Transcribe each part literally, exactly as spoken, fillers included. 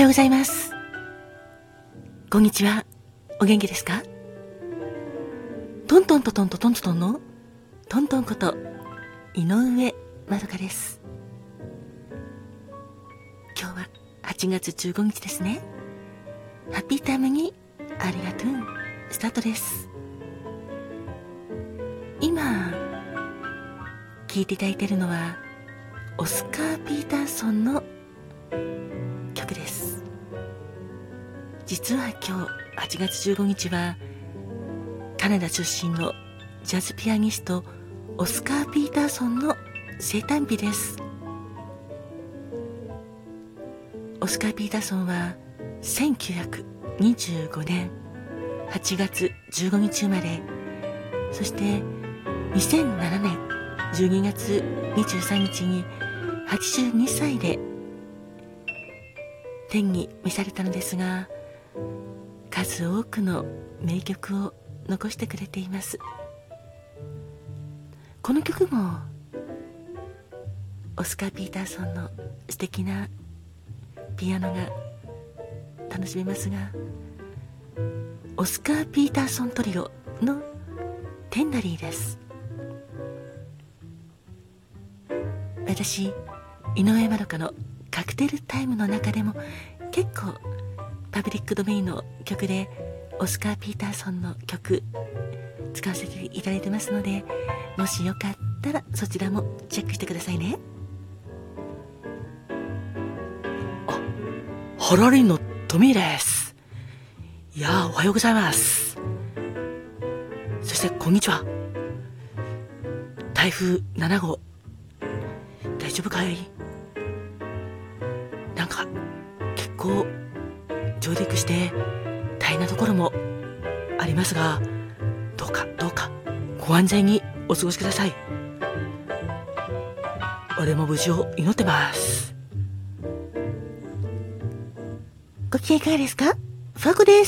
ようございます。こんにちは。お元気ですか？トントントントントントントンのトントンこと井上まどかです。今日ははちがつじゅうごにちですね。ハッピータイムにありがとうスタートです。今聴いていただいているのはオスカー・ピーターソンの曲です。実は今日はちがつじゅうごにちはカナダ出身のジャズピアニストオスカー・ピーターソンの生誕日です。オスカー・ピーターソンはせんきゅうひゃくにじゅうごねんはちがつじゅうごにち生まれ、そしてにせんななねんじゅうにがつにじゅうさんにちにはちじゅうにさいで天に召されたのですが、数多くの名曲を残してくれています。この曲もオスカー・ピーターソンの素敵なピアノが楽しめますが、オスカー・ピーターソントリオのテンダリーです。私井上まどかのカクテルタイムの中でも結構パブリックドメインの曲でオスカー・ピーターソンの曲使わせていただいてますので、もしよかったらそちらもチェックしてくださいね。あ、ハラリンのトミーです。いやー、おはようございます。そしてこんにちは。台風ななごう大丈夫かい？なんか結構上陸して大変なところもありますが、どうかどうかご安全にお過ごしください。俺も無事を祈ってます。ご機嫌いかがですか？ファコです。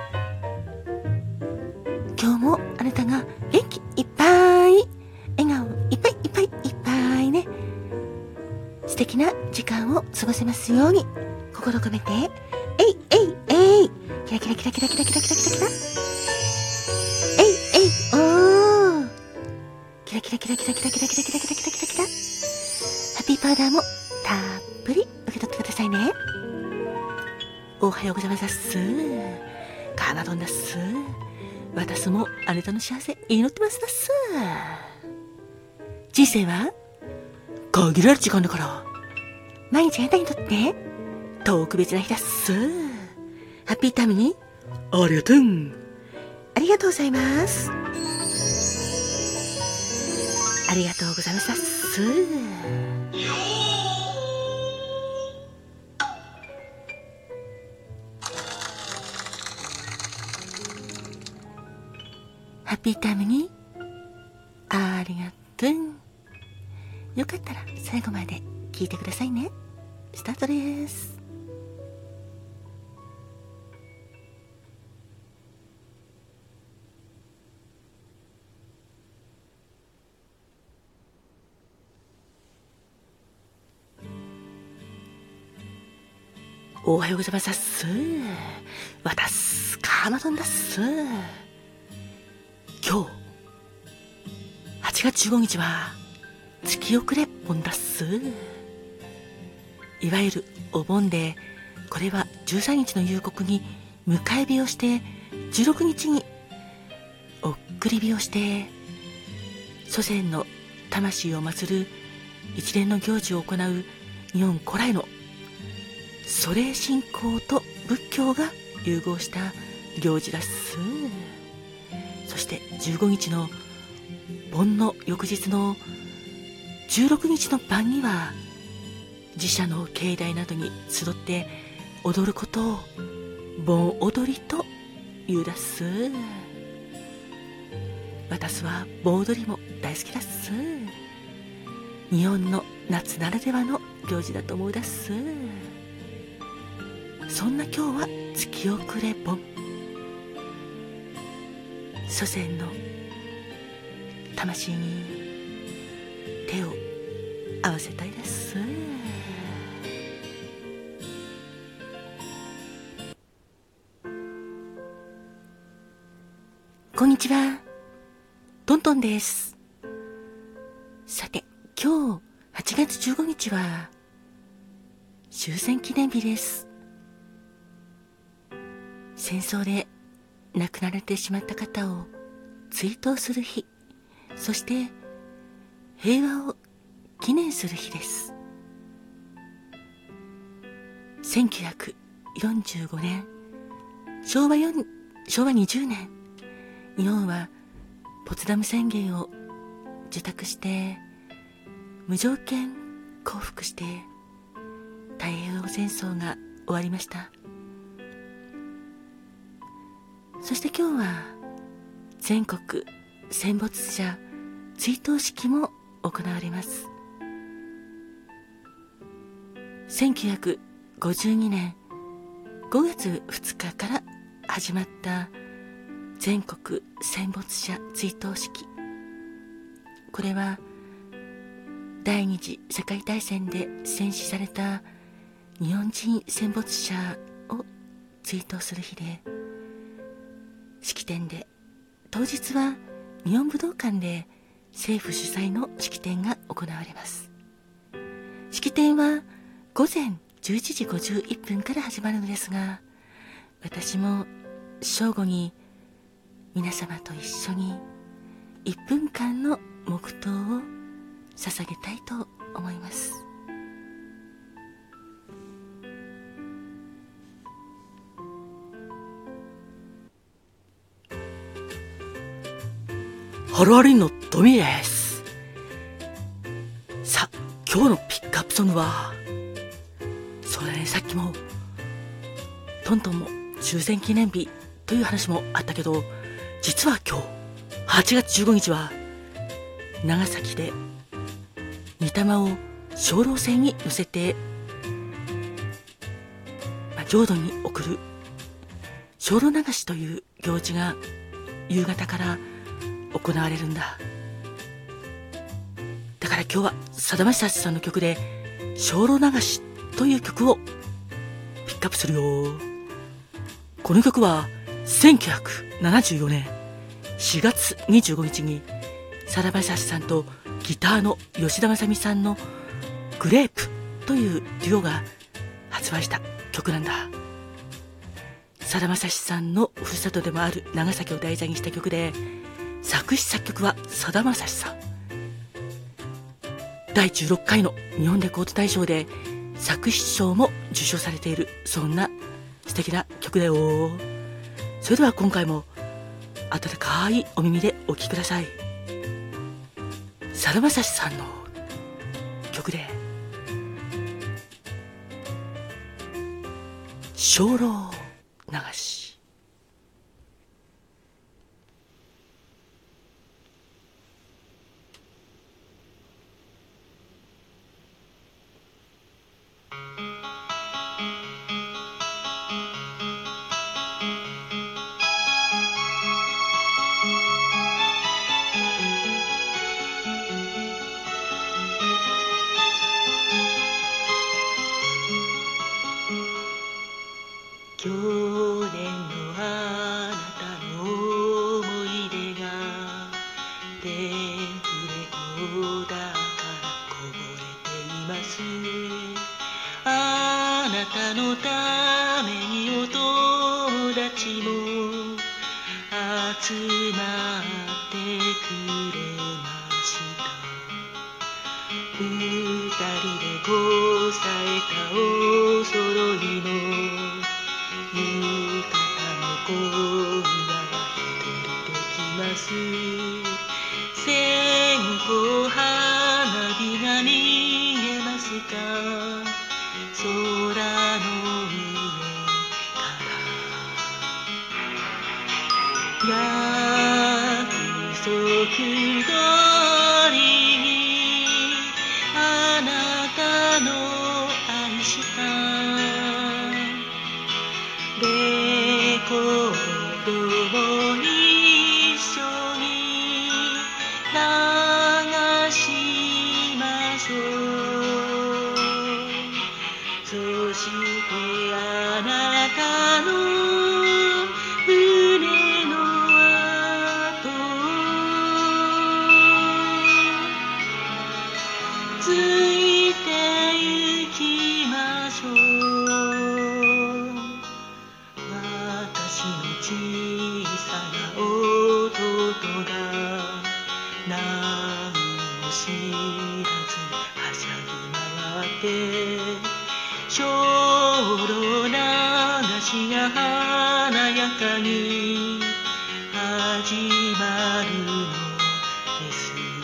今日もあなたが元気いっぱい、笑顔いっぱいいっぱいいっぱいね、素敵な時間を過ごせますように心込めて、えいえいえい、キラキラキラキラキラキラキラキラキラ、えいえいおー、キラキラキラキラキラキラキラキラキラキラキラキラ、ハッピーパウダーもたっぷり受け取ってくださいね。おはようございます。カナドンだっす。私もあなたの幸せ祈ってますだっす。人生は限られる時間だから、毎日あなたにとって特別な日だっす。ハッピータイムにありがとう。ありがとうございます。ありがとうございますだっす。ハッピータイムにありがとう。よかったら最後まで聞いてくださいね。スタートです。おはようございますっす。私カナドンだっす。今日はちがつじゅうごにちは月遅れ盆だっす。いわゆるお盆で、これはじゅうさんにちの夕刻に迎え火をして、じゅうろくにちにおっくり火をして、祖先の魂を祀る一連の行事を行う日本古来の祖霊信仰と仏教が融合した行事だっす。そしてじゅうごにちの盆の翌日のじゅうろくにちの晩には、寺社の境内などに集って踊ることを盆踊りと言うだっす。私は盆踊りも大好きだっす。日本の夏ならではの行事だと思うだっす。そんな今日は月遅れ盆、祖先の魂に手を合わせたいです。 こんにちは、トントンです。さて、今日はちがつじゅうごにちは終戦記念日です。戦争で亡くなられてしまった方を追悼する日、そして平和を記念する日です。せんきゅうひゃくよんじゅうごねん、昭和よん昭和にじゅうねん、日本はポツダム宣言を受諾して無条件降伏して太平洋戦争が終わりました。そして今日は全国戦没者追悼式も行われます。せんきゅうひゃくごじゅうにねんごがつふつかから始まった全国戦没者追悼式。これは第二次世界大戦で戦死された日本人戦没者を追悼する日で、式典で当日は日本武道館で政府主催の式典が行われます。式典は午前じゅういちじごじゅういっぷんから始まるのですが、私も正午に皆様と一緒にいっぷんかんの黙祷を捧げたいと思います。ハローリンのトミーです。さあ、今日のピックアップソングは、そうだね、さっきもトントンも終戦記念日という話もあったけど、実は今日はちがつじゅうごにちは長崎で御霊を精霊船に乗せて、まあ、浄土に送る精霊流しという行事が夕方から行われるんだ。だから今日はさだまさしさんの曲で精霊流しという曲をピックアップするよ。この曲はせんきゅうひゃくななじゅうよねんしがつにじゅうごにちにさだまさしさんとギターの吉田正美さんのグレープというデュオが発売した曲なんだ。さだまさしさんのふるさとでもある長崎を題材にした曲で、作詞作曲はさだまさしさん。だいじゅうろっかいの日本レコード大賞で作詞賞も受賞されている、そんな素敵な曲だよ。それでは今回も温かいお耳でお聴きください。さだまさしさんの曲で精霊流し。去年のあなたの思い出がテープレコーダーからこぼれています。あなたのためにお友達も集まってくれました。二人でこさえたお揃いの浴衣の今夜は一人で来ます。線香花火が見えますか、空の上から約束通りあなたの愛したレコードを一緒に流しましょう。そしてあなたの胸のついてゆきましょう。私の小さな弟が何も知らずはしゃぎ回って精霊流しが華やかに始まるのです。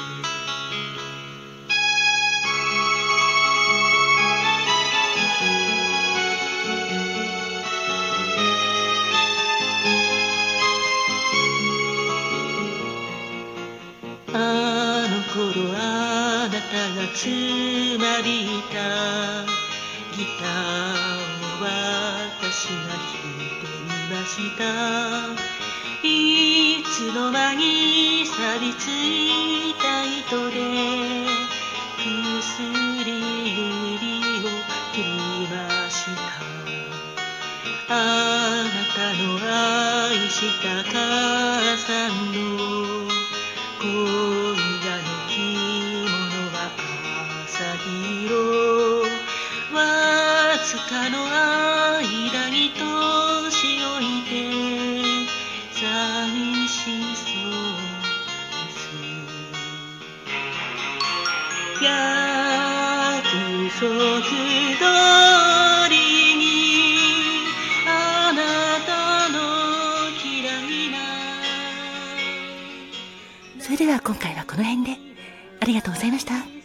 あの頃あなたがつまびたギターを私が弾いてみました。いつの間に錆びついた糸で薬指を切りました。あなたの愛した母さんの今夜の着物は朝色。わずかの間に年老いて寂しそうです。約束通りにあなたの嫌いな。それでは今回はこの辺でありがとうございました。